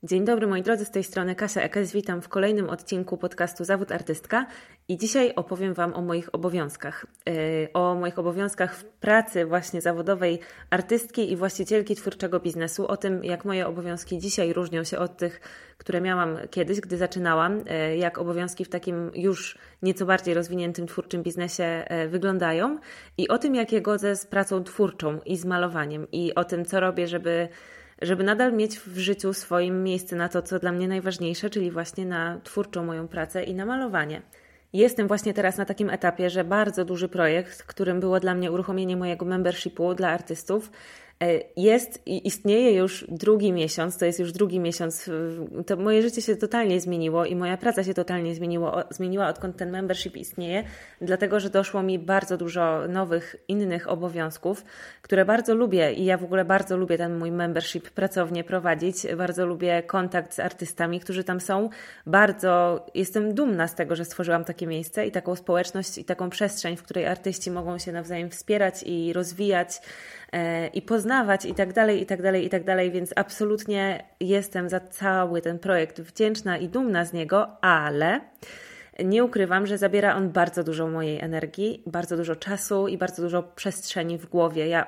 Dzień dobry moi drodzy, z tej strony Kasia Ekes. Witam w kolejnym odcinku podcastu Zawód Artystka i dzisiaj opowiem Wam o moich obowiązkach. O moich obowiązkach w pracy właśnie zawodowej artystki i właścicielki twórczego biznesu. O tym, jak moje obowiązki dzisiaj różnią się od tych, które miałam kiedyś, gdy zaczynałam. Jak obowiązki w takim już nieco bardziej rozwiniętym twórczym biznesie wyglądają. I o tym, jak je godzę z pracą twórczą i z malowaniem. I o tym, co robię, żeby nadal mieć w życiu swoim miejsce na to, co dla mnie najważniejsze, czyli właśnie na twórczą moją pracę i na malowanie. Jestem właśnie teraz na takim etapie, że bardzo duży projekt, którym było dla mnie uruchomienie mojego membershipu dla artystów, jest i istnieje już drugi miesiąc, to jest już drugi miesiąc, to moje życie się totalnie zmieniło i moja praca się totalnie zmieniła, odkąd ten membership istnieje, dlatego, że doszło mi bardzo dużo nowych, innych obowiązków, które bardzo lubię i ja w ogóle bardzo lubię ten mój membership pracownie prowadzić, bardzo lubię kontakt z artystami, którzy tam są, bardzo jestem dumna z tego, że stworzyłam takie miejsce i taką społeczność i taką przestrzeń, w której artyści mogą się nawzajem wspierać i rozwijać i poznawać i tak dalej, więc absolutnie jestem za cały ten projekt wdzięczna i dumna z niego, ale nie ukrywam, że zabiera on bardzo dużo mojej energii, bardzo dużo czasu i bardzo dużo przestrzeni w głowie. Ja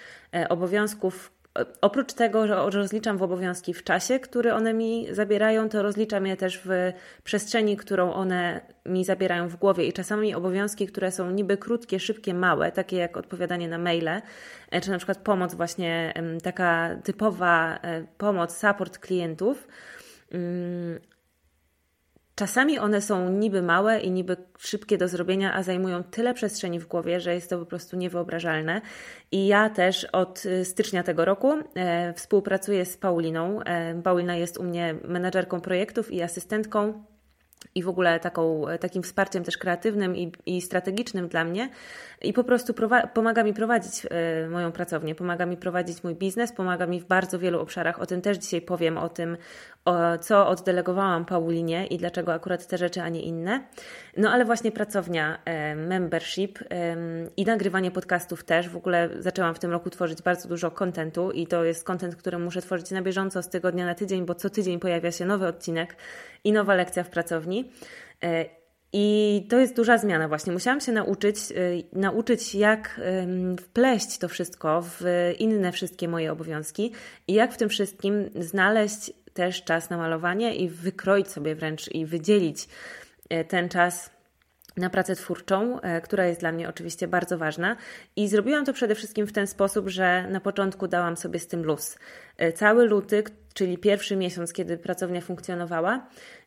oprócz tego, że rozliczam w obowiązki w czasie, który one mi zabierają, to rozliczam je też w przestrzeni, którą one mi zabierają w głowie i czasami obowiązki, które są niby krótkie, szybkie, małe, takie jak odpowiadanie na maile, czy na przykład pomoc właśnie, taka typowa pomoc, support klientów. Czasami one są niby małe i niby szybkie do zrobienia, a zajmują tyle przestrzeni w głowie, że jest to po prostu niewyobrażalne. I ja też od stycznia tego roku współpracuję z Pauliną. Paulina jest u mnie menadżerką projektów i asystentką i w ogóle takim wsparciem też kreatywnym i strategicznym dla mnie i po prostu pomaga mi prowadzić moją pracownię, pomaga mi prowadzić mój biznes, pomaga mi w bardzo wielu obszarach. O tym też dzisiaj powiem, co oddelegowałam Paulinie i dlaczego akurat te rzeczy, a nie inne. No ale właśnie pracownia, membership i nagrywanie podcastów też. W ogóle zaczęłam w tym roku tworzyć bardzo dużo kontentu i to jest kontent, który muszę tworzyć na bieżąco z tygodnia na tydzień, bo co tydzień pojawia się nowy odcinek i nowa lekcja w pracowni. I to jest duża zmiana właśnie. Musiałam się nauczyć jak wpleść to wszystko w inne wszystkie moje obowiązki i jak w tym wszystkim znaleźć też czas na malowanie i wykroić sobie wręcz i wydzielić ten czas na pracę twórczą, która jest dla mnie oczywiście bardzo ważna i zrobiłam to przede wszystkim w ten sposób, że na początku dałam sobie z tym luz. Cały luty, czyli pierwszy miesiąc, kiedy pracownia funkcjonowała,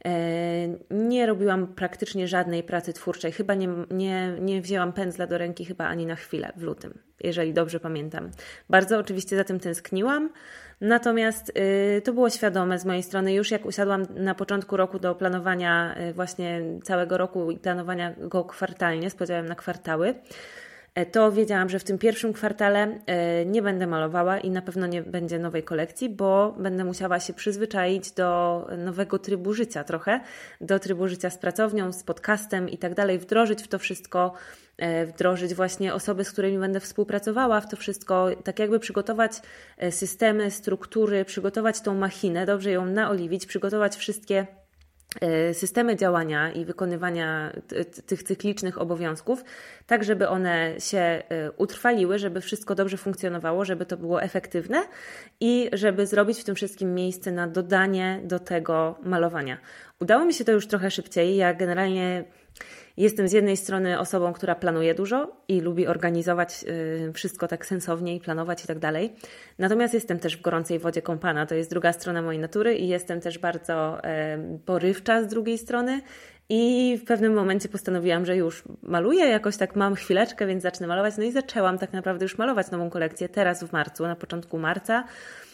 nie robiłam praktycznie żadnej pracy twórczej. Chyba nie wzięłam pędzla do ręki chyba ani na chwilę w lutym, jeżeli dobrze pamiętam. Bardzo oczywiście za tym tęskniłam, natomiast to było świadome z mojej strony. Już jak usiadłam na początku roku do planowania właśnie całego roku i planowania go kwartalnie, z podziałem na kwartały, to wiedziałam, że w tym pierwszym kwartale nie będę malowała i na pewno nie będzie nowej kolekcji, bo będę musiała się przyzwyczaić do nowego trybu życia trochę, do trybu życia z pracownią, z podcastem i tak dalej, wdrożyć w to wszystko, wdrożyć właśnie osoby, z którymi będę współpracowała w to wszystko, tak jakby przygotować systemy, struktury, przygotować tą machinę, dobrze ją naoliwić, przygotować wszystkie systemy działania i wykonywania tych cyklicznych obowiązków, tak żeby one się utrwaliły, żeby wszystko dobrze funkcjonowało, żeby to było efektywne i żeby zrobić w tym wszystkim miejsce na dodanie do tego malowania. Udało mi się to już trochę szybciej. Ja generalnie jestem z jednej strony osobą, która planuje dużo i lubi organizować wszystko tak sensownie i planować i tak dalej. Natomiast jestem też w gorącej wodzie kąpana. To jest druga strona mojej natury i jestem też bardzo porywcza z drugiej strony. I w pewnym momencie postanowiłam, że już maluję, jakoś tak mam chwileczkę, więc zacznę malować. No i zaczęłam tak naprawdę już malować nową kolekcję teraz w marcu, na początku marca.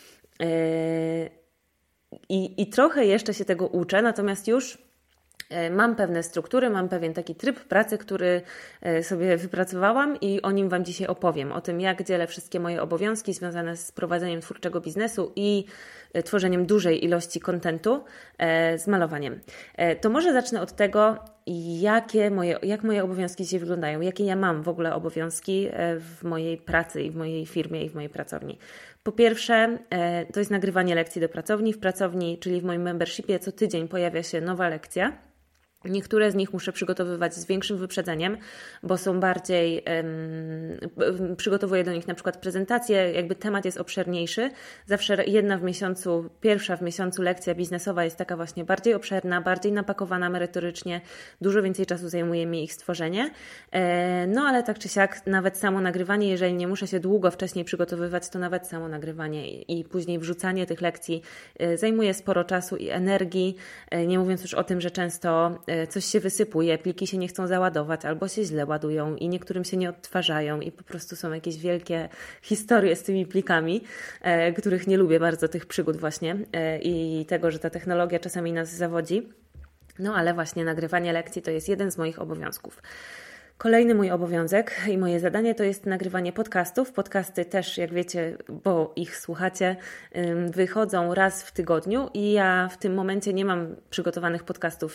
I trochę jeszcze się tego uczę, natomiast już mam pewne struktury, mam pewien taki tryb pracy, który sobie wypracowałam i o nim Wam dzisiaj opowiem. O tym, jak dzielę wszystkie moje obowiązki związane z prowadzeniem twórczego biznesu i tworzeniem dużej ilości kontentu z malowaniem. To może zacznę od tego, jak moje obowiązki dzisiaj wyglądają, jakie ja mam w ogóle obowiązki w mojej pracy i w mojej firmie i w mojej pracowni. Po pierwsze, to jest nagrywanie lekcji do pracowni. W pracowni, czyli w moim membershipie, co tydzień pojawia się nowa lekcja. Niektóre z nich muszę przygotowywać z większym wyprzedzeniem, bo są bardziej, przygotowuję do nich na przykład prezentację, jakby temat jest obszerniejszy. Zawsze jedna w miesiącu, pierwsza w miesiącu lekcja biznesowa jest taka właśnie bardziej obszerna, bardziej napakowana merytorycznie, dużo więcej czasu zajmuje mi ich stworzenie. No ale tak czy siak, nawet samo nagrywanie, jeżeli nie muszę się długo wcześniej przygotowywać, to nawet samo nagrywanie i później wrzucanie tych lekcji zajmuje sporo czasu i energii, nie mówiąc już o tym, że często coś się wysypuje, pliki się nie chcą załadować albo się źle ładują i niektórym się nie odtwarzają i po prostu są jakieś wielkie historie z tymi plikami, których nie lubię bardzo, tych przygód właśnie i tego, że ta technologia czasami nas zawodzi. No ale właśnie nagrywanie lekcji to jest jeden z moich obowiązków. Kolejny mój obowiązek i moje zadanie to jest nagrywanie podcastów. Podcasty też, jak wiecie, bo ich słuchacie, wychodzą raz w tygodniu i ja w tym momencie nie mam przygotowanych podcastów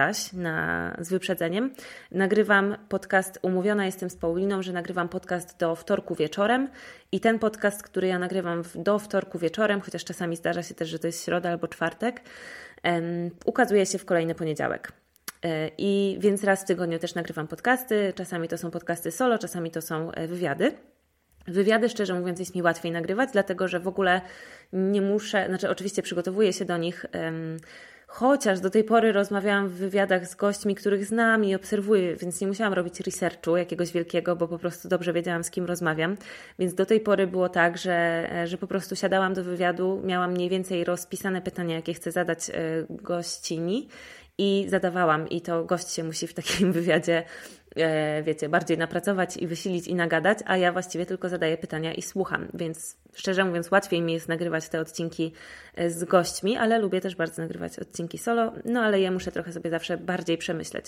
z wyprzedzeniem. Nagrywam podcast, umówiona jestem z Pauliną, że nagrywam podcast do wtorku wieczorem i ten podcast, który ja nagrywam do wtorku wieczorem, chociaż czasami zdarza się też, że to jest środa albo czwartek, ukazuje się w kolejny poniedziałek. I więc raz w tygodniu też nagrywam podcasty, czasami to są podcasty solo, czasami to są wywiady. Wywiady, szczerze mówiąc, jest mi łatwiej nagrywać, dlatego że w ogóle nie muszę, oczywiście przygotowuję się do nich, chociaż do tej pory rozmawiałam w wywiadach z gośćmi, których znam i obserwuję, więc nie musiałam robić researchu jakiegoś wielkiego, bo po prostu dobrze wiedziałam, z kim rozmawiam. Więc do tej pory było tak, że po prostu siadałam do wywiadu, miałam mniej więcej rozpisane pytania, jakie chcę zadać gościni i zadawałam i to gość się musi w takim wywiadzie, wiecie, bardziej napracować i wysilić i nagadać, a ja właściwie tylko zadaję pytania i słucham, więc szczerze mówiąc łatwiej mi jest nagrywać te odcinki z gośćmi, ale lubię też bardzo nagrywać odcinki solo, no ale je muszę trochę sobie zawsze bardziej przemyśleć.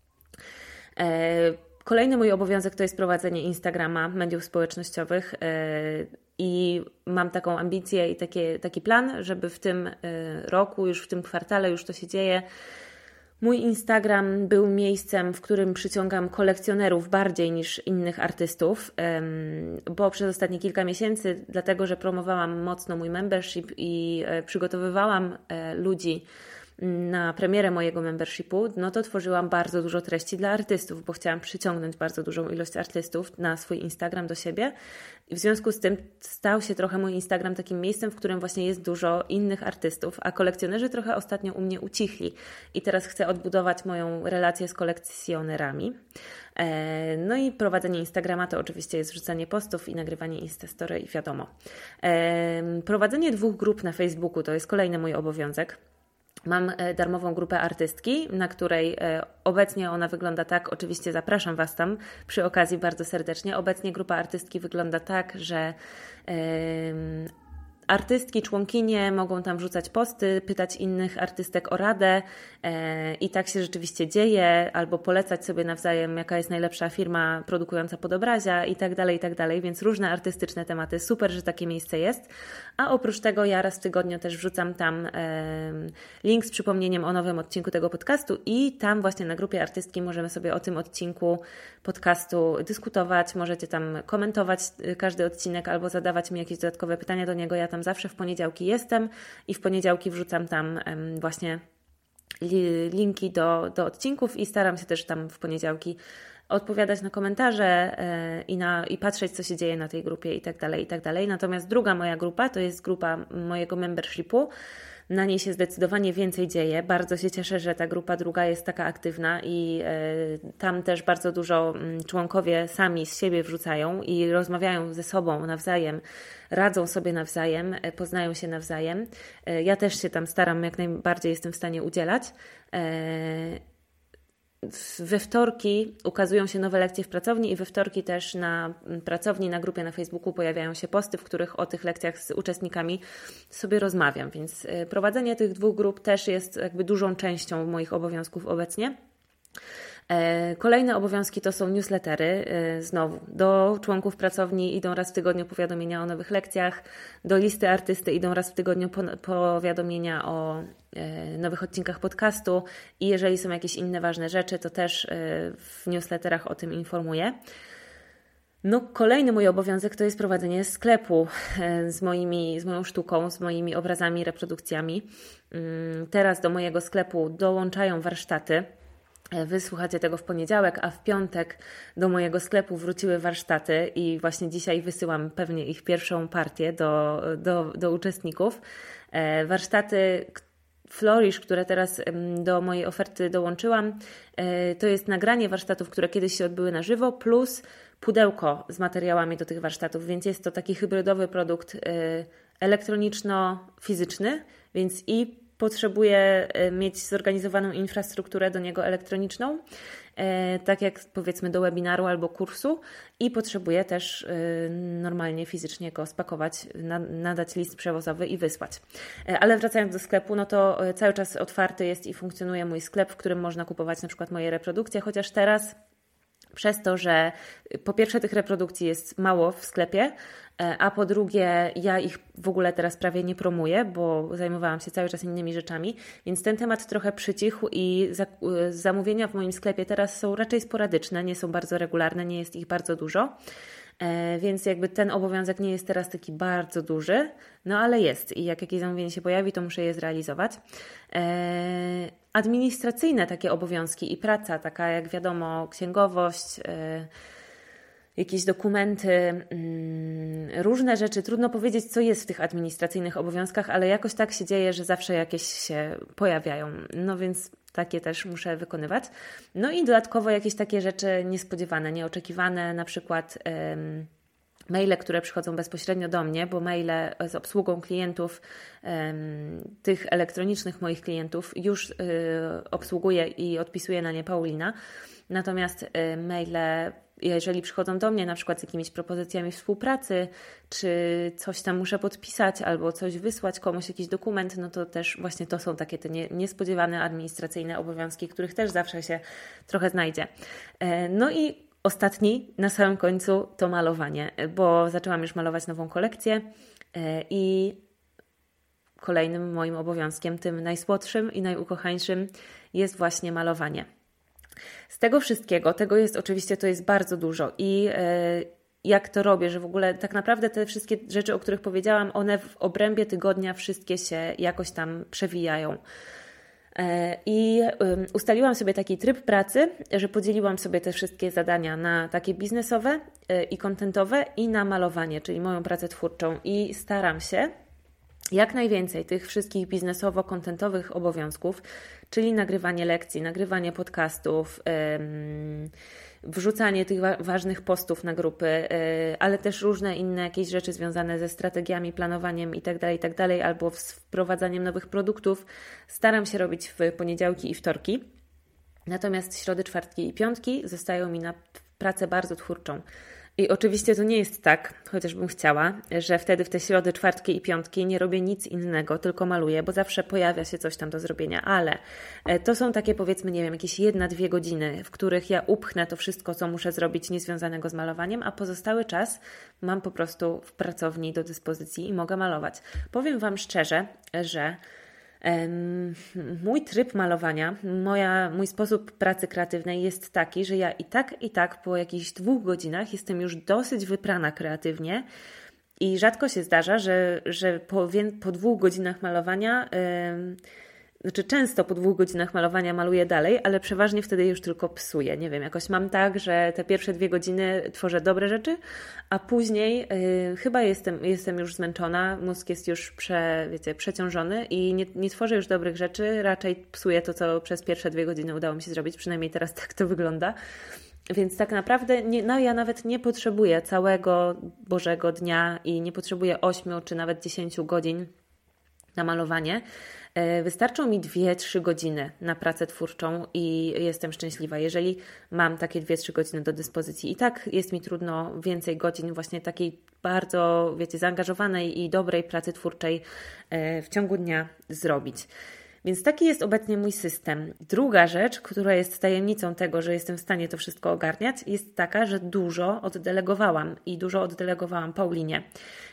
Kolejny mój obowiązek to jest prowadzenie Instagrama, mediów społecznościowych i mam taką ambicję i taki plan, żeby w tym roku, już w tym kwartale, już to się dzieje, mój Instagram był miejscem, w którym przyciągam kolekcjonerów bardziej niż innych artystów, bo przez ostatnie kilka miesięcy, dlatego że promowałam mocno mój membership i przygotowywałam ludzi na premierę mojego membershipu, no to tworzyłam bardzo dużo treści dla artystów, bo chciałam przyciągnąć bardzo dużą ilość artystów na swój Instagram do siebie. I w związku z tym stał się trochę mój Instagram takim miejscem, w którym właśnie jest dużo innych artystów, a kolekcjonerzy trochę ostatnio u mnie ucichli. I teraz chcę odbudować moją relację z kolekcjonerami. No i prowadzenie Instagrama to oczywiście jest wrzucanie postów i nagrywanie Instastory i wiadomo. Prowadzenie 2 grup na Facebooku to jest kolejny mój obowiązek. Mam darmową grupę artystki, na której obecnie ona wygląda tak, oczywiście zapraszam Was tam przy okazji bardzo serdecznie. Obecnie grupa artystki wygląda tak, że artystki, członkinie mogą tam wrzucać posty, pytać innych artystek o radę i tak się rzeczywiście dzieje, albo polecać sobie nawzajem, jaka jest najlepsza firma produkująca podobrazia i tak dalej, więc różne artystyczne tematy. Super, że takie miejsce jest. A oprócz tego ja raz w tygodniu też wrzucam tam link z przypomnieniem o nowym odcinku tego podcastu i tam właśnie na grupie artystki możemy sobie o tym odcinku podcastu dyskutować, możecie tam komentować każdy odcinek albo zadawać mi jakieś dodatkowe pytania do niego. Ja tam zawsze w poniedziałki jestem i w poniedziałki wrzucam tam właśnie linki do odcinków i staram się też tam w poniedziałki odpowiadać na komentarze i patrzeć, co się dzieje na tej grupie i tak dalej. Natomiast druga moja grupa to jest grupa mojego membershipu. Na niej się zdecydowanie więcej dzieje. Bardzo się cieszę, że ta grupa druga jest taka aktywna i tam też bardzo dużo członkowie sami z siebie wrzucają i rozmawiają ze sobą nawzajem, radzą sobie nawzajem, poznają się nawzajem. Ja też się tam staram, jak najbardziej jestem w stanie udzielać. We wtorki ukazują się nowe lekcje w pracowni i we wtorki też na pracowni, na grupie na Facebooku pojawiają się posty, w których o tych lekcjach z uczestnikami sobie rozmawiam, więc prowadzenie tych 2 grup też jest jakby dużą częścią moich obowiązków obecnie. Kolejne obowiązki to są newslettery. Znowu, do członków pracowni idą raz w tygodniu powiadomienia o nowych lekcjach, do listy artysty idą raz w tygodniu powiadomienia o nowych odcinkach podcastu i jeżeli są jakieś inne ważne rzeczy, to też w newsletterach o tym informuję. No, kolejny mój obowiązek to jest prowadzenie sklepu z moją sztuką, z moimi obrazami, reprodukcjami. Teraz do mojego sklepu dołączają warsztaty. Wy słuchacie tego w poniedziałek, a w piątek do mojego sklepu wróciły warsztaty i właśnie dzisiaj wysyłam pewnie ich pierwszą partię do uczestników. Warsztaty Flourish, które teraz do mojej oferty dołączyłam, to jest nagranie warsztatów, które kiedyś się odbyły na żywo, plus pudełko z materiałami do tych warsztatów, więc jest to taki hybrydowy produkt elektroniczno-fizyczny, więc i potrzebuję mieć zorganizowaną infrastrukturę do niego elektroniczną, tak jak powiedzmy do webinaru albo kursu, i potrzebuję też normalnie fizycznie go spakować, nadać list przewozowy i wysłać. Ale wracając do sklepu, no to cały czas otwarty jest i funkcjonuje mój sklep, w którym można kupować na przykład moje reprodukcje, chociaż teraz przez to, że po pierwsze tych reprodukcji jest mało w sklepie, a po drugie ja ich w ogóle teraz prawie nie promuję, bo zajmowałam się cały czas innymi rzeczami, więc ten temat trochę przycichł i zamówienia w moim sklepie teraz są raczej sporadyczne, nie są bardzo regularne, nie jest ich bardzo dużo. Więc jakby ten obowiązek nie jest teraz taki bardzo duży, no ale jest i jak jakieś zamówienie się pojawi, to muszę je zrealizować. Administracyjne takie obowiązki i praca, taka jak wiadomo księgowość, jakieś dokumenty, różne rzeczy. Trudno powiedzieć, co jest w tych administracyjnych obowiązkach, ale jakoś tak się dzieje, że zawsze jakieś się pojawiają. No więc takie też muszę wykonywać. No i dodatkowo jakieś takie rzeczy niespodziewane, nieoczekiwane, na przykład maile, które przychodzą bezpośrednio do mnie, bo maile z obsługą klientów, tych elektronicznych moich klientów już obsługuje i odpisuje na nie Paulina. Natomiast maile, jeżeli przychodzą do mnie na przykład z jakimiś propozycjami współpracy, czy coś tam muszę podpisać albo coś wysłać komuś, jakiś dokument, no to też właśnie to są takie te niespodziewane administracyjne obowiązki, których też zawsze się trochę znajdzie. No i ostatni, na samym końcu, to malowanie, bo zaczęłam już malować nową kolekcję i kolejnym moim obowiązkiem, tym najsłodszym i najukochańszym, jest właśnie malowanie. Z tego wszystkiego, to jest bardzo dużo i jak to robię, że w ogóle tak naprawdę te wszystkie rzeczy, o których powiedziałam, one w obrębie tygodnia wszystkie się jakoś tam przewijają. I ustaliłam sobie taki tryb pracy, że podzieliłam sobie te wszystkie zadania na takie biznesowe i kontentowe i na malowanie, czyli moją pracę twórczą, i staram się jak najwięcej tych wszystkich biznesowo-kontentowych obowiązków, czyli nagrywanie lekcji, nagrywanie podcastów, wrzucanie tych ważnych postów na grupy, ale też różne inne jakieś rzeczy związane ze strategiami, planowaniem itd., albo z wprowadzaniem nowych produktów, staram się robić w poniedziałki i wtorki. Natomiast środy, czwartki i piątki zostają mi na pracę bardzo twórczą. I oczywiście to nie jest tak, chociaż bym chciała, że wtedy w te środy, czwartki i piątki nie robię nic innego, tylko maluję, bo zawsze pojawia się coś tam do zrobienia, ale to są takie, powiedzmy, nie wiem, jakieś 1-2 godziny, w których ja upchnę to wszystko, co muszę zrobić niezwiązanego z malowaniem, a pozostały czas mam po prostu w pracowni do dyspozycji i mogę malować. Powiem Wam szczerze, że mój tryb malowania, mój sposób pracy kreatywnej jest taki, że ja i tak po jakichś 2 godzinach jestem już dosyć wyprana kreatywnie i rzadko się zdarza, że po 2 godzinach malowania, często po 2 godzinach malowania maluję dalej, ale przeważnie wtedy już tylko psuję. Nie wiem, jakoś mam tak, że te pierwsze 2 godziny tworzę dobre rzeczy, a później chyba jestem już zmęczona, mózg jest już przeciążony i nie tworzę już dobrych rzeczy, raczej psuję to, co przez pierwsze 2 godziny udało mi się zrobić, przynajmniej teraz tak to wygląda. Więc tak naprawdę ja nawet nie potrzebuję całego Bożego dnia i nie potrzebuję 8 czy nawet 10 godzin na malowanie. Wystarczą mi 2-3 godziny na pracę twórczą i jestem szczęśliwa, jeżeli mam takie 2-3 godziny do dyspozycji. I tak jest mi trudno więcej godzin właśnie takiej bardzo, zaangażowanej i dobrej pracy twórczej w ciągu dnia zrobić. Więc taki jest obecnie mój system. Druga rzecz, która jest tajemnicą tego, że jestem w stanie to wszystko ogarniać, jest taka, że dużo oddelegowałam Paulinie.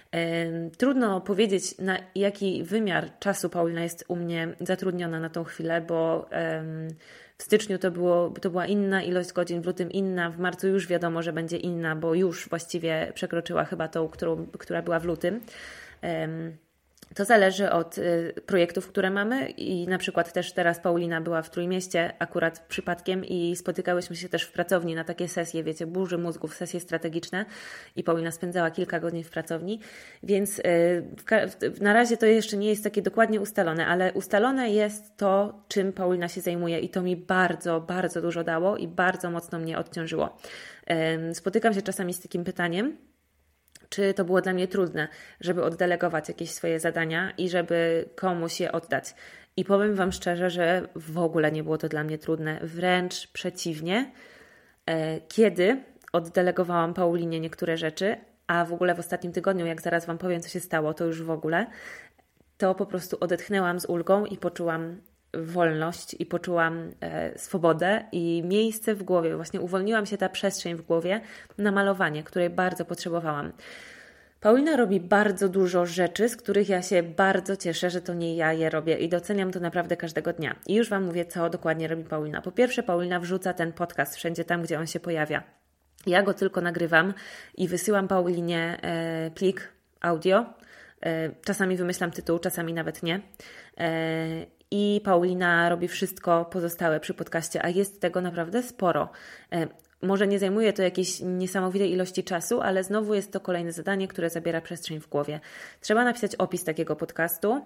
Trudno powiedzieć, na jaki wymiar czasu Paulina jest u mnie zatrudniona na tą chwilę, bo w styczniu to była inna ilość godzin, w lutym inna, w marcu już wiadomo, że będzie inna, bo już właściwie przekroczyła chyba tą, która była w lutym. To zależy od projektów, które mamy i na przykład też teraz Paulina była w Trójmieście akurat przypadkiem i spotykałyśmy się też w pracowni na takie sesje, wiecie, burzy mózgów, sesje strategiczne i Paulina spędzała kilka godzin w pracowni, więc na razie to jeszcze nie jest takie dokładnie ustalone, ale ustalone jest to, czym Paulina się zajmuje i to mi bardzo, bardzo dużo dało i bardzo mocno mnie odciążyło. Spotykam się czasami z takim pytaniem, czy to było dla mnie trudne, żeby oddelegować jakieś swoje zadania i żeby komuś je oddać. I powiem Wam szczerze, że w ogóle nie było to dla mnie trudne. Wręcz przeciwnie, kiedy oddelegowałam Paulinie niektóre rzeczy, a w ogóle w ostatnim tygodniu, jak zaraz Wam powiem, co się stało, to już w ogóle, to po prostu odetchnęłam z ulgą i poczułam wolność i poczułam swobodę i miejsce w głowie. Właśnie uwolniłam się ta przestrzeń w głowie na malowanie, której bardzo potrzebowałam. Paulina robi bardzo dużo rzeczy, z których ja się bardzo cieszę, że to nie ja je robię i doceniam to naprawdę każdego dnia. I już Wam mówię, co dokładnie robi Paulina. Po pierwsze, Paulina wrzuca ten podcast wszędzie tam, gdzie on się pojawia. Ja go tylko nagrywam i wysyłam Paulinie plik audio. Czasami wymyślam tytuł, czasami nawet nie. I Paulina robi wszystko pozostałe przy podcaście, a jest tego naprawdę sporo. Może nie zajmuje to jakiejś niesamowitej ilości czasu, ale znowu jest to kolejne zadanie, które zabiera przestrzeń w głowie. Trzeba napisać opis takiego podcastu.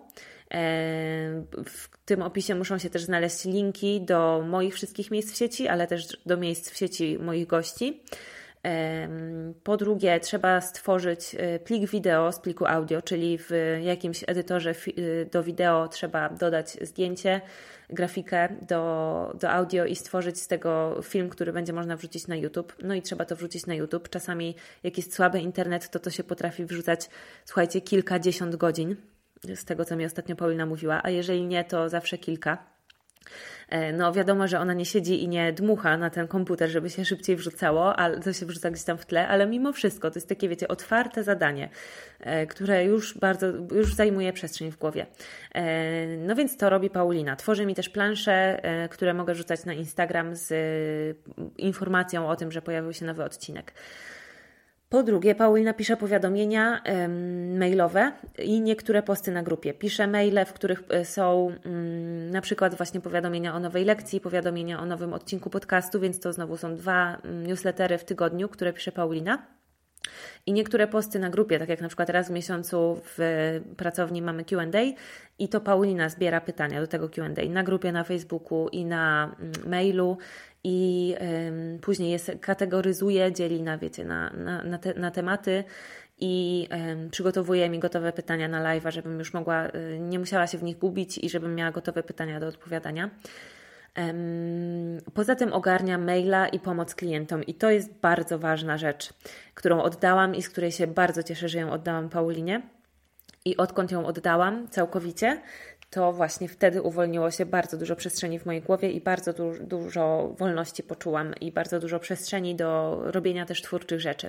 W tym opisie muszą się też znaleźć linki do moich wszystkich miejsc w sieci, ale też do miejsc w sieci moich gości. Po drugie, trzeba stworzyć plik wideo z pliku audio, czyli w jakimś edytorze do wideo trzeba dodać zdjęcie, grafikę do audio i stworzyć z tego film, który będzie można wrzucić na YouTube. No i trzeba to wrzucić na YouTube. Czasami jak jest słaby internet, to się potrafi wrzucać, słuchajcie, kilkadziesiąt godzin, z tego co mi ostatnio Paulina mówiła, a jeżeli nie, to zawsze kilka. No wiadomo, że ona nie siedzi i nie dmucha na ten komputer, żeby się szybciej wrzucało, ale to się wrzuca gdzieś tam w tle, ale mimo wszystko to jest takie, wiecie, otwarte zadanie, które już zajmuje przestrzeń w głowie. No więc to robi Paulina. Tworzy mi też plansze, które mogę rzucać na Instagram z informacją o tym, że pojawił się nowy odcinek. Po drugie, Paulina pisze powiadomienia mailowe i niektóre posty na grupie. Pisze maile, w których są na przykład właśnie powiadomienia o nowej lekcji, powiadomienia o nowym odcinku podcastu, więc to znowu są 2 newslettery w tygodniu, które pisze Paulina. I niektóre posty na grupie, tak jak na przykład raz w miesiącu w pracowni mamy Q&A i to Paulina zbiera pytania do tego Q&A na grupie, na Facebooku i na mailu i później je kategoryzuje, dzieli na tematy i przygotowuje mi gotowe pytania na live'a, żebym już nie musiała się w nich gubić i żebym miała gotowe pytania do odpowiadania. Poza tym ogarniam maila i pomoc klientom i to jest bardzo ważna rzecz, którą oddałam i z której się bardzo cieszę, że ją oddałam Paulinie i odkąd ją oddałam całkowicie, to właśnie wtedy uwolniło się bardzo dużo przestrzeni w mojej głowie i bardzo dużo wolności poczułam i bardzo dużo przestrzeni do robienia też twórczych rzeczy.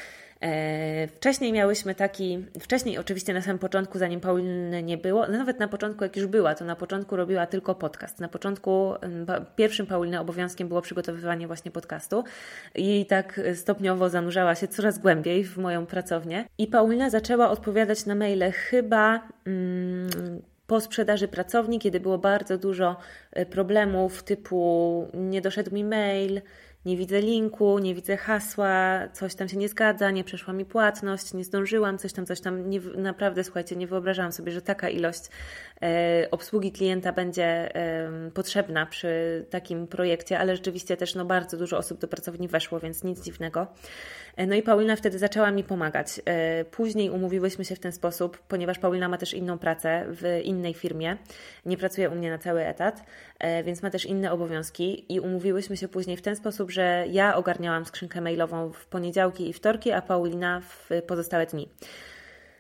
Wcześniej oczywiście na samym początku, zanim Pauliny nie było, nawet na początku jak już była, to na początku robiła tylko podcast. Na początku pierwszym Pauliny obowiązkiem było przygotowywanie właśnie podcastu i tak stopniowo zanurzała się coraz głębiej w moją pracownię i Paulina zaczęła odpowiadać na maile chyba po sprzedaży pracowni, kiedy było bardzo dużo problemów typu nie doszedł mi mail, nie widzę linku, nie widzę hasła, coś tam się nie zgadza, nie przeszła mi płatność, nie zdążyłam, coś tam. Naprawdę, słuchajcie, nie wyobrażałam sobie, że taka ilość obsługi klienta będzie potrzebna przy takim projekcie, ale rzeczywiście też bardzo dużo osób do pracowni weszło, więc nic dziwnego. No i Paulina wtedy zaczęła mi pomagać. Później umówiłyśmy się w ten sposób, ponieważ Paulina ma też inną pracę w innej firmie, nie pracuje u mnie na cały etat, więc ma też inne obowiązki i umówiłyśmy się później w ten sposób, że ja ogarniałam skrzynkę mailową w poniedziałki i wtorki, a Paulina w pozostałe dni.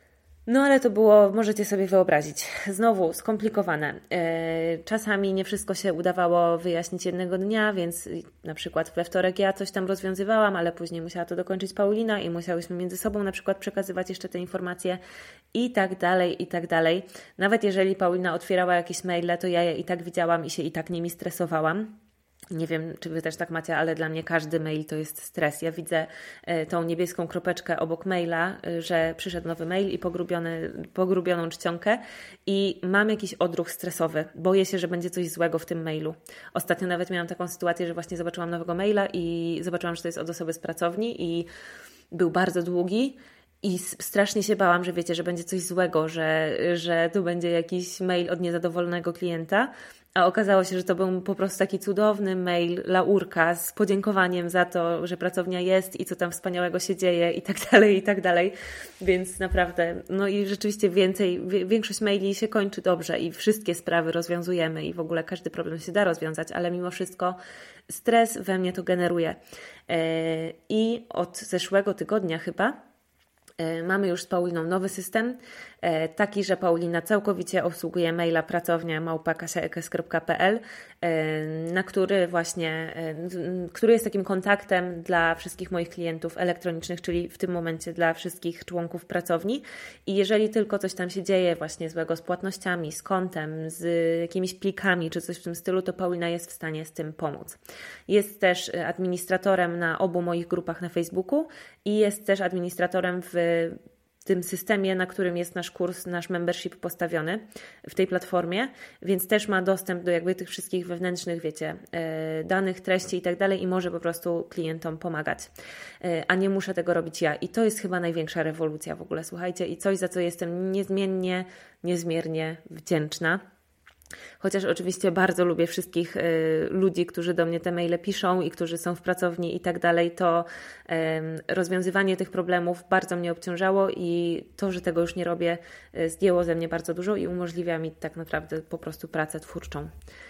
No ale to było, możecie sobie wyobrazić, znowu skomplikowane. Czasami nie wszystko się udawało wyjaśnić jednego dnia, więc na przykład we wtorek ja coś tam rozwiązywałam, ale później musiała to dokończyć Paulina i musiałyśmy między sobą na przykład przekazywać jeszcze te informacje i tak dalej, i tak dalej. Nawet jeżeli Paulina otwierała jakieś maile, to ja je i tak widziałam i się i tak nimi stresowałam. Nie wiem, czy Wy też tak macie, ale dla mnie każdy mail to jest stres. Ja widzę tą niebieską kropeczkę obok maila, że przyszedł nowy mail i pogrubioną czcionkę i mam jakiś odruch stresowy. Boję się, że będzie coś złego w tym mailu. Ostatnio nawet miałam taką sytuację, że właśnie zobaczyłam nowego maila i zobaczyłam, że to jest od osoby z pracowni i był bardzo długi. I strasznie się bałam, że wiecie, że będzie coś złego, że tu będzie jakiś mail od niezadowolonego klienta, a okazało się, że to był po prostu taki cudowny mail, laurka z podziękowaniem za to, że pracownia jest i co tam wspaniałego się dzieje i tak dalej, i tak dalej. Więc naprawdę, no i rzeczywiście większość maili się kończy dobrze i wszystkie sprawy rozwiązujemy i w ogóle każdy problem się da rozwiązać, ale mimo wszystko stres we mnie to generuje. I od zeszłego tygodnia chyba mamy już z Pauliną nowy system, taki, że Paulina całkowicie obsługuje maila pracownia@kasiaekes.pl, który jest takim kontaktem dla wszystkich moich klientów elektronicznych, czyli w tym momencie dla wszystkich członków pracowni. I jeżeli tylko coś tam się dzieje właśnie złego z płatnościami, z kontem, z jakimiś plikami czy coś w tym stylu, to Paulina jest w stanie z tym pomóc. Jest też administratorem na obu moich grupach na Facebooku i jest też administratorem w tym systemie, na którym jest nasz kurs, nasz membership postawiony w tej platformie, więc też ma dostęp do jakby tych wszystkich wewnętrznych, wiecie, danych, treści i tak dalej i może po prostu klientom pomagać, a nie muszę tego robić ja. I to jest chyba największa rewolucja w ogóle, słuchajcie, i coś, za co jestem niezmiernie wdzięczna. Chociaż oczywiście bardzo lubię wszystkich ludzi, którzy do mnie te maile piszą i którzy są w pracowni i tak dalej, to rozwiązywanie tych problemów bardzo mnie obciążało i to, że tego już nie robię, zdjęło ze mnie bardzo dużo i umożliwia mi tak naprawdę po prostu pracę twórczą.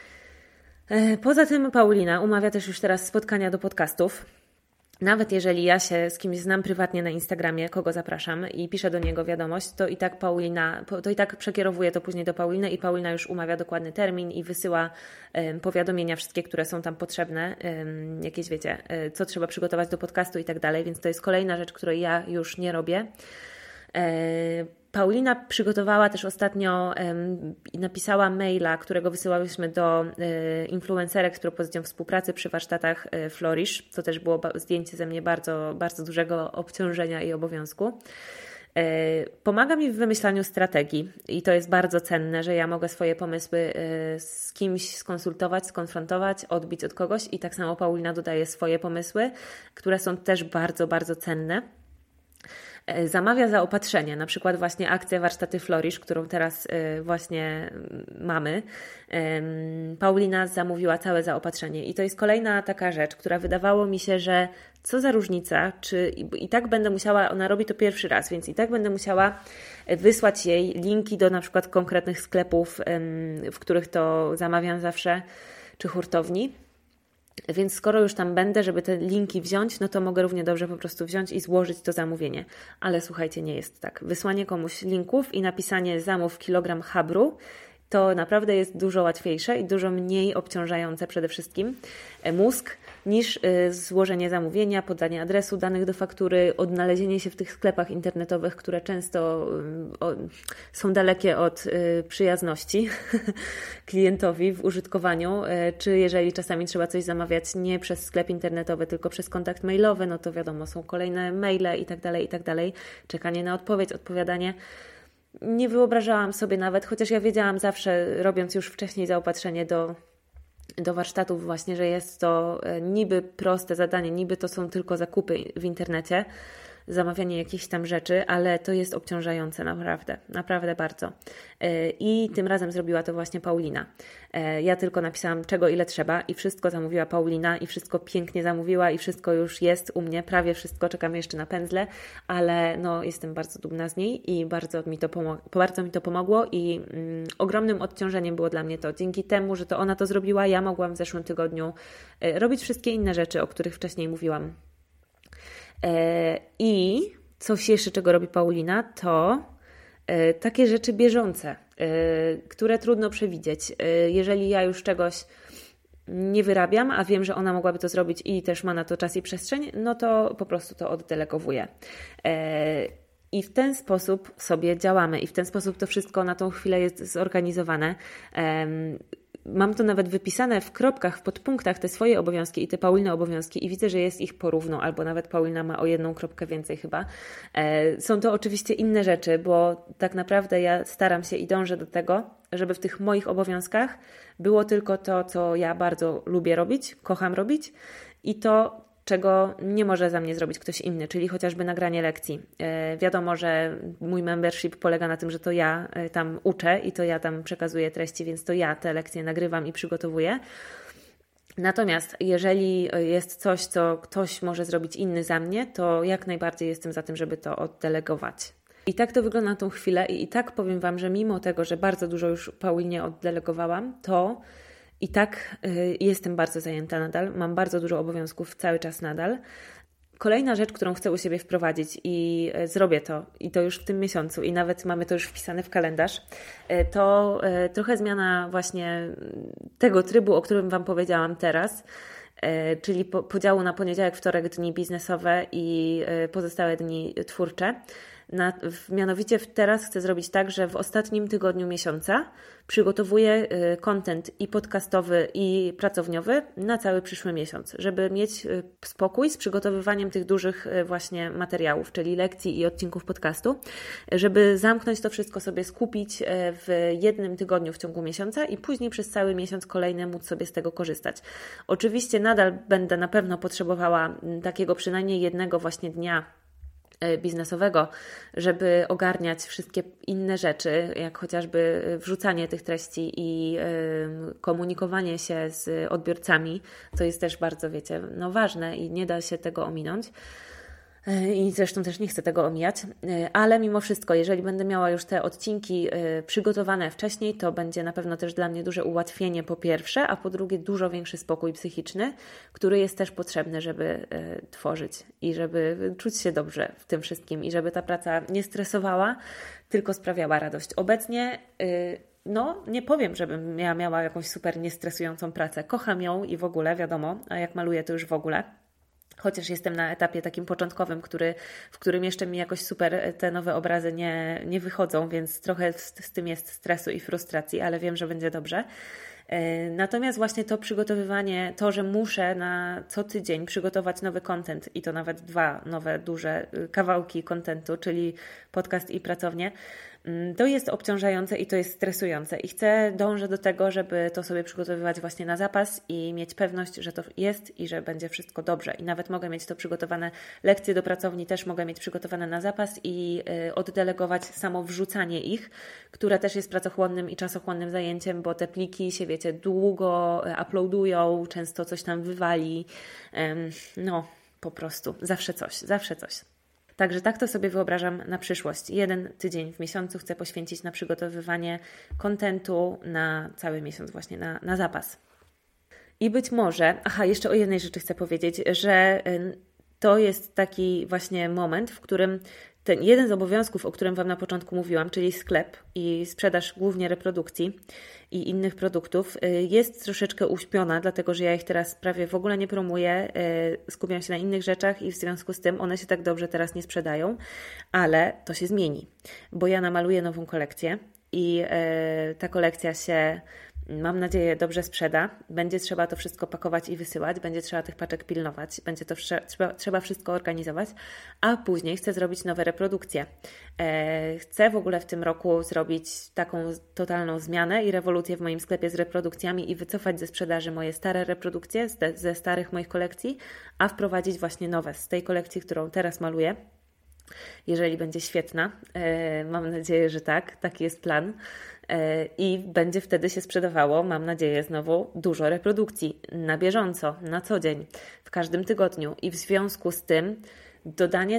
Poza tym Paulina umawia też już teraz spotkania do podcastów. Nawet jeżeli ja się z kimś znam prywatnie na Instagramie, kogo zapraszam i piszę do niego wiadomość, to i tak przekierowuję to później do Pauliny i Paulina już umawia dokładny termin i wysyła powiadomienia wszystkie, które są tam potrzebne, jakieś wiecie, co trzeba przygotować do podcastu i tak dalej, więc to jest kolejna rzecz, której ja już nie robię. Paulina przygotowała też ostatnio i napisała maila, którego wysyłałyśmy do influencerek z propozycją współpracy przy warsztatach Flourish. To też było zdjęcie ze mnie bardzo, bardzo dużego obciążenia i obowiązku. Pomaga mi w wymyślaniu strategii i to jest bardzo cenne, że ja mogę swoje pomysły z kimś skonsultować, skonfrontować, odbić od kogoś i tak samo Paulina dodaje swoje pomysły, które są też bardzo, bardzo cenne. Zamawia zaopatrzenie, na przykład właśnie akcję Warsztaty Flourish, którą teraz właśnie mamy. Paulina zamówiła całe zaopatrzenie i to jest kolejna taka rzecz, która wydawało mi się, że co za różnica, czy i tak będę musiała, ona robi to pierwszy raz, więc i tak będę musiała wysłać jej linki do na przykład konkretnych sklepów, w których to zamawiam zawsze, czy hurtowni. Więc skoro już tam będę, żeby te linki wziąć, no to mogę równie dobrze po prostu wziąć i złożyć to zamówienie. Ale słuchajcie, nie jest tak. Wysłanie komuś linków i napisanie zamów kilogram habru to naprawdę jest dużo łatwiejsze i dużo mniej obciążające przede wszystkim mózg niż złożenie zamówienia, podanie adresu, danych do faktury, odnalezienie się w tych sklepach internetowych, które często są dalekie od przyjazności klientowi w użytkowaniu, czy jeżeli czasami trzeba coś zamawiać nie przez sklep internetowy, tylko przez kontakt mailowy, no to wiadomo, są kolejne maile i tak dalej, czekanie na odpowiedź, odpowiadanie. Nie wyobrażałam sobie nawet, chociaż ja wiedziałam zawsze, robiąc już wcześniej zaopatrzenie do warsztatów właśnie, że jest to niby proste zadanie, niby to są tylko zakupy w internecie, zamawianie jakichś tam rzeczy, ale to jest obciążające naprawdę bardzo. I tym razem zrobiła to właśnie Paulina. Ja tylko napisałam, czego ile trzeba i wszystko zamówiła Paulina i wszystko pięknie zamówiła i wszystko już jest u mnie, prawie wszystko, czekam jeszcze na pędzle, ale no, jestem bardzo dumna z niej i bardzo mi to pomogło i ogromnym odciążeniem było dla mnie to. Dzięki temu, że to ona to zrobiła, ja mogłam w zeszłym tygodniu robić wszystkie inne rzeczy, o których wcześniej mówiłam. I coś jeszcze, czego robi Paulina, to takie rzeczy bieżące, które trudno przewidzieć. Jeżeli ja już czegoś nie wyrabiam, a wiem, że ona mogłaby to zrobić i też ma na to czas i przestrzeń, no to po prostu to oddelegowuję. I w ten sposób sobie działamy i w ten sposób to wszystko na tą chwilę jest zorganizowane. Mam to nawet wypisane w kropkach, w podpunktach, te swoje obowiązki i te Pauliny obowiązki i widzę, że jest ich porówno, albo nawet Paulina ma o 1 kropkę więcej chyba. Są to oczywiście inne rzeczy, bo tak naprawdę ja staram się i dążę do tego, żeby w tych moich obowiązkach było tylko to, co ja bardzo lubię robić, kocham robić i to, czego nie może za mnie zrobić ktoś inny, czyli chociażby nagranie lekcji. Wiadomo, że mój membership polega na tym, że to ja tam uczę i to ja tam przekazuję treści, więc to ja te lekcje nagrywam i przygotowuję. Natomiast jeżeli jest coś, co ktoś może zrobić inny za mnie, to jak najbardziej jestem za tym, żeby to oddelegować. I tak to wygląda na tą chwilę i tak powiem Wam, że mimo tego, że bardzo dużo już Paulinie oddelegowałam, to i tak jestem bardzo zajęta nadal, mam bardzo dużo obowiązków cały czas nadal. Kolejna rzecz, którą chcę u siebie wprowadzić i zrobię to, i to już w tym miesiącu, i nawet mamy to już wpisane w kalendarz, to trochę zmiana właśnie tego trybu, o którym Wam powiedziałam teraz, czyli podziału na poniedziałek, wtorek, dni biznesowe i pozostałe dni twórcze. Mianowicie teraz chcę zrobić tak, że w ostatnim tygodniu miesiąca przygotowuję content i podcastowy, i pracowniowy na cały przyszły miesiąc, żeby mieć spokój z przygotowywaniem tych dużych właśnie materiałów, czyli lekcji i odcinków podcastu, żeby zamknąć to wszystko, sobie skupić w jednym tygodniu w ciągu miesiąca i później przez cały miesiąc kolejny móc sobie z tego korzystać. Oczywiście nadal będę na pewno potrzebowała takiego przynajmniej jednego właśnie dnia biznesowego, żeby ogarniać wszystkie inne rzeczy, jak chociażby wrzucanie tych treści i komunikowanie się z odbiorcami, co jest też bardzo, wiecie, ważne i nie da się tego ominąć. I zresztą też nie chcę tego omijać, ale mimo wszystko, jeżeli będę miała już te odcinki przygotowane wcześniej, to będzie na pewno też dla mnie duże ułatwienie po pierwsze, a po drugie dużo większy spokój psychiczny, który jest też potrzebny, żeby tworzyć i żeby czuć się dobrze w tym wszystkim i żeby ta praca nie stresowała, tylko sprawiała radość. Obecnie nie powiem, żebym ja miała jakąś super niestresującą pracę. Kocham ją i w ogóle, wiadomo, a jak maluję to już w ogóle. Chociaż jestem na etapie takim początkowym, w którym jeszcze mi jakoś super te nowe obrazy nie wychodzą, więc trochę z tym jest stresu i frustracji, ale wiem, że będzie dobrze. Natomiast właśnie to przygotowywanie, to, że muszę na co tydzień przygotować nowy content i to nawet 2 nowe, duże kawałki contentu, czyli podcast i pracownię, to jest obciążające i to jest stresujące i dążę do tego, żeby to sobie przygotowywać właśnie na zapas i mieć pewność, że to jest i że będzie wszystko dobrze. I nawet mogę mieć to przygotowane, lekcje do pracowni też mogę mieć przygotowane na zapas i oddelegować samo wrzucanie ich, które też jest pracochłonnym i czasochłonnym zajęciem, bo te pliki się, wiecie, długo uploadują, często coś tam wywali. Po prostu zawsze coś. Także tak to sobie wyobrażam na przyszłość. 1 tydzień w miesiącu chcę poświęcić na przygotowywanie kontentu na cały miesiąc, właśnie na zapas. I być może, jeszcze o jednej rzeczy chcę powiedzieć, że to jest taki właśnie moment, w którym ten jeden z obowiązków, o którym Wam na początku mówiłam, czyli sklep i sprzedaż głównie reprodukcji i innych produktów, jest troszeczkę uśpiona, dlatego że ja ich teraz prawie w ogóle nie promuję, skupiam się na innych rzeczach i w związku z tym one się tak dobrze teraz nie sprzedają, ale to się zmieni, bo ja namaluję nową kolekcję i ta kolekcja się, mam nadzieję, dobrze sprzeda. Będzie trzeba to wszystko pakować i wysyłać, będzie trzeba tych paczek pilnować, będzie to trzeba wszystko organizować, a później chcę zrobić nowe reprodukcje. Chcę w ogóle w tym roku zrobić taką totalną zmianę i rewolucję w moim sklepie z reprodukcjami i wycofać ze sprzedaży moje stare reprodukcje ze starych moich kolekcji, a wprowadzić właśnie nowe z tej kolekcji, którą teraz maluję. Jeżeli będzie świetna, mam nadzieję, że tak, taki jest plan i będzie wtedy się sprzedawało, mam nadzieję, znowu dużo reprodukcji na bieżąco, na co dzień, w każdym tygodniu i w związku z tym dodanie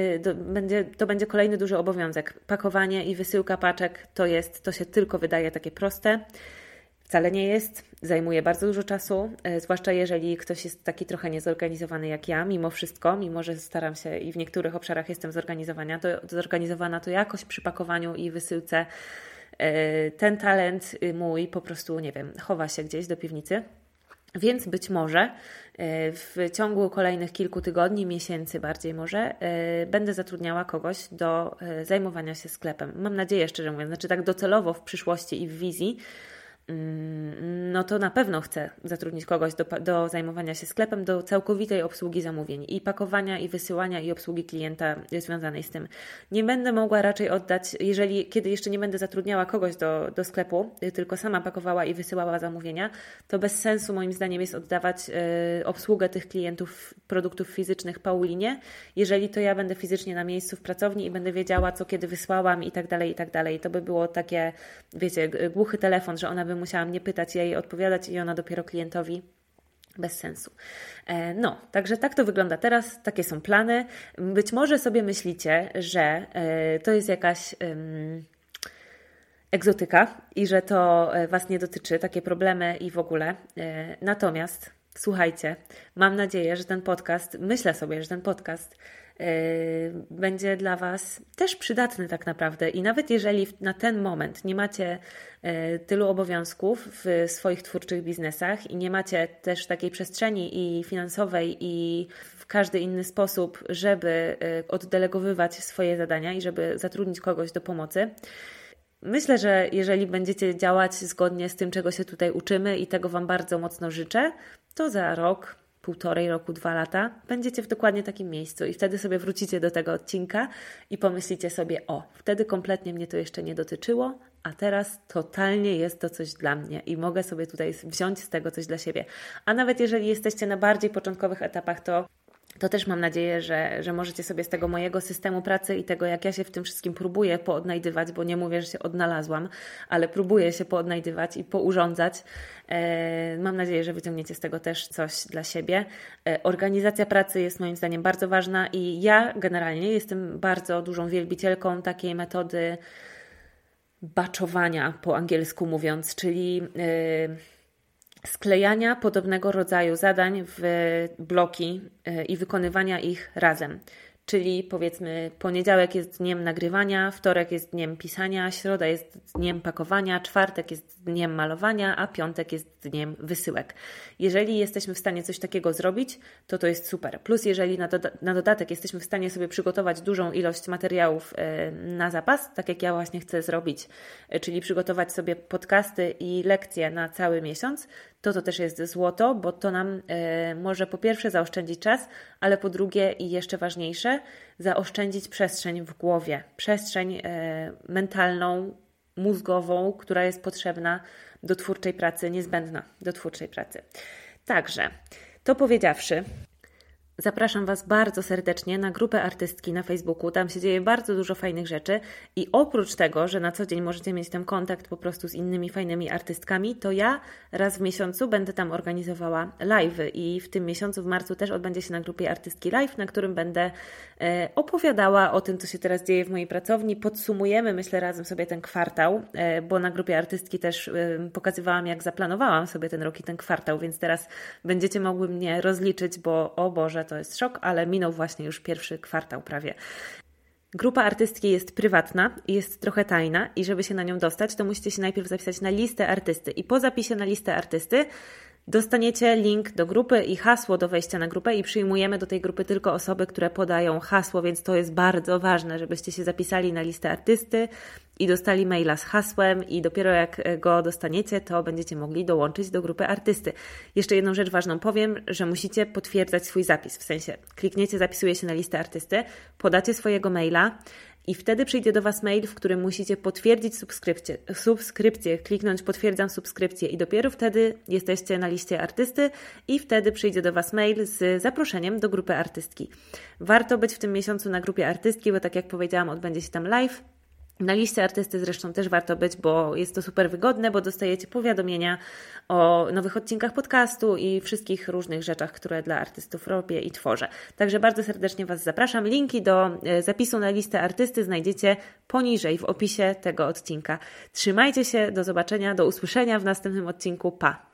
to będzie kolejny duży obowiązek. Pakowanie i wysyłka paczek to się tylko wydaje takie proste. Wcale nie jest, zajmuje bardzo dużo czasu, zwłaszcza jeżeli ktoś jest taki trochę niezorganizowany jak ja, mimo wszystko, mimo że staram się i w niektórych obszarach jestem zorganizowana, to jakoś przy pakowaniu i wysyłce ten talent mój po prostu, nie wiem, chowa się gdzieś do piwnicy. Więc być może w ciągu kolejnych kilku tygodni, miesięcy bardziej może, będę zatrudniała kogoś do zajmowania się sklepem. Mam nadzieję, szczerze mówiąc, znaczy tak docelowo w przyszłości i w wizji, no to na pewno chcę zatrudnić kogoś do zajmowania się sklepem, do całkowitej obsługi zamówień i pakowania, i wysyłania, i obsługi klienta związanej z tym. Nie będę mogła raczej oddać, kiedy jeszcze nie będę zatrudniała kogoś do sklepu, tylko sama pakowała i wysyłała zamówienia, to bez sensu moim zdaniem jest oddawać obsługę tych klientów produktów fizycznych Paulinie, jeżeli to ja będę fizycznie na miejscu w pracowni i będę wiedziała, co kiedy wysłałam i tak dalej, i tak dalej. To by było takie, wiecie, głuchy telefon, że ona by musiała mnie pytać, ja jej odpowiadać i ona dopiero klientowi. Bez sensu. No, także tak to wygląda teraz, takie są plany. Być może sobie myślicie, że to jest jakaś egzotyka i że to Was nie dotyczy, takie problemy i w ogóle. Natomiast słuchajcie, mam nadzieję, że myślę sobie, że ten podcast będzie dla Was też przydatny tak naprawdę i nawet jeżeli na ten moment nie macie tylu obowiązków w swoich twórczych biznesach i nie macie też takiej przestrzeni i finansowej i w każdy inny sposób, żeby oddelegowywać swoje zadania i żeby zatrudnić kogoś do pomocy, myślę, że jeżeli będziecie działać zgodnie z tym, czego się tutaj uczymy i tego Wam bardzo mocno życzę, to za rok, 1,5 roku, 2 lata będziecie w dokładnie takim miejscu i wtedy sobie wrócicie do tego odcinka i pomyślicie sobie, wtedy kompletnie mnie to jeszcze nie dotyczyło, a teraz totalnie jest to coś dla mnie i mogę sobie tutaj wziąć z tego coś dla siebie. A nawet jeżeli jesteście na bardziej początkowych etapach, to też mam nadzieję, że możecie sobie z tego mojego systemu pracy i tego, jak ja się w tym wszystkim próbuję poodnajdywać, bo nie mówię, że się odnalazłam, ale próbuję się poodnajdywać i pourządzać. Mam nadzieję, że wyciągniecie z tego też coś dla siebie. Organizacja pracy jest moim zdaniem bardzo ważna i ja generalnie jestem bardzo dużą wielbicielką takiej metody batchowania, po angielsku mówiąc, czyli sklejania podobnego rodzaju zadań w bloki i wykonywania ich razem. Czyli powiedzmy poniedziałek jest dniem nagrywania, wtorek jest dniem pisania, środa jest dniem pakowania, czwartek jest dniem malowania, a piątek jest dniem wysyłek. Jeżeli jesteśmy w stanie coś takiego zrobić, to jest super. Plus jeżeli na dodatek jesteśmy w stanie sobie przygotować dużą ilość materiałów na zapas, tak jak ja właśnie chcę zrobić, czyli przygotować sobie podcasty i lekcje na cały miesiąc, to też jest złoto, bo to nam może po pierwsze zaoszczędzić czas, ale po drugie i jeszcze ważniejsze, zaoszczędzić przestrzeń w głowie, przestrzeń mentalną, mózgową, która jest potrzebna do twórczej pracy, niezbędna do twórczej pracy. Także, to powiedziawszy, zapraszam Was bardzo serdecznie na grupę artystki na Facebooku. Tam się dzieje bardzo dużo fajnych rzeczy i oprócz tego, że na co dzień możecie mieć tam kontakt po prostu z innymi fajnymi artystkami, to ja raz w miesiącu będę tam organizowała live'y i w tym miesiącu, w marcu też odbędzie się na grupie artystki live, na którym będę opowiadała o tym, co się teraz dzieje w mojej pracowni. Podsumujemy, myślę, razem sobie ten kwartał, bo na grupie artystki też pokazywałam, jak zaplanowałam sobie ten rok i ten kwartał, więc teraz będziecie mogły mnie rozliczyć, bo o Boże, to jest szok, ale minął właśnie już pierwszy kwartał prawie. Grupa artystki jest prywatna i jest trochę tajna i żeby się na nią dostać, to musicie się najpierw zapisać na listę artysty i po zapisie na listę artysty dostaniecie link do grupy i hasło do wejścia na grupę i przyjmujemy do tej grupy tylko osoby, które podają hasło, więc to jest bardzo ważne, żebyście się zapisali na listę artysty i dostali maila z hasłem i dopiero jak go dostaniecie, to będziecie mogli dołączyć do grupy artysty. Jeszcze jedną rzecz ważną powiem, że musicie potwierdzać swój zapis, w sensie klikniecie zapisuje się na listę artysty, podacie swojego maila i wtedy przyjdzie do Was mail, w którym musicie potwierdzić subskrypcję, kliknąć potwierdzam subskrypcję i dopiero wtedy jesteście na liście artysty i wtedy przyjdzie do Was mail z zaproszeniem do grupy artystki. Warto być w tym miesiącu na grupie artystki, bo tak jak powiedziałam, odbędzie się tam live Na liście artysty zresztą też warto być, bo jest to super wygodne, bo dostajecie powiadomienia o nowych odcinkach podcastu i wszystkich różnych rzeczach, które dla artystów robię i tworzę. Także bardzo serdecznie Was zapraszam. Linki do zapisu na listę artysty znajdziecie poniżej w opisie tego odcinka. Trzymajcie się, do zobaczenia, do usłyszenia w następnym odcinku. Pa!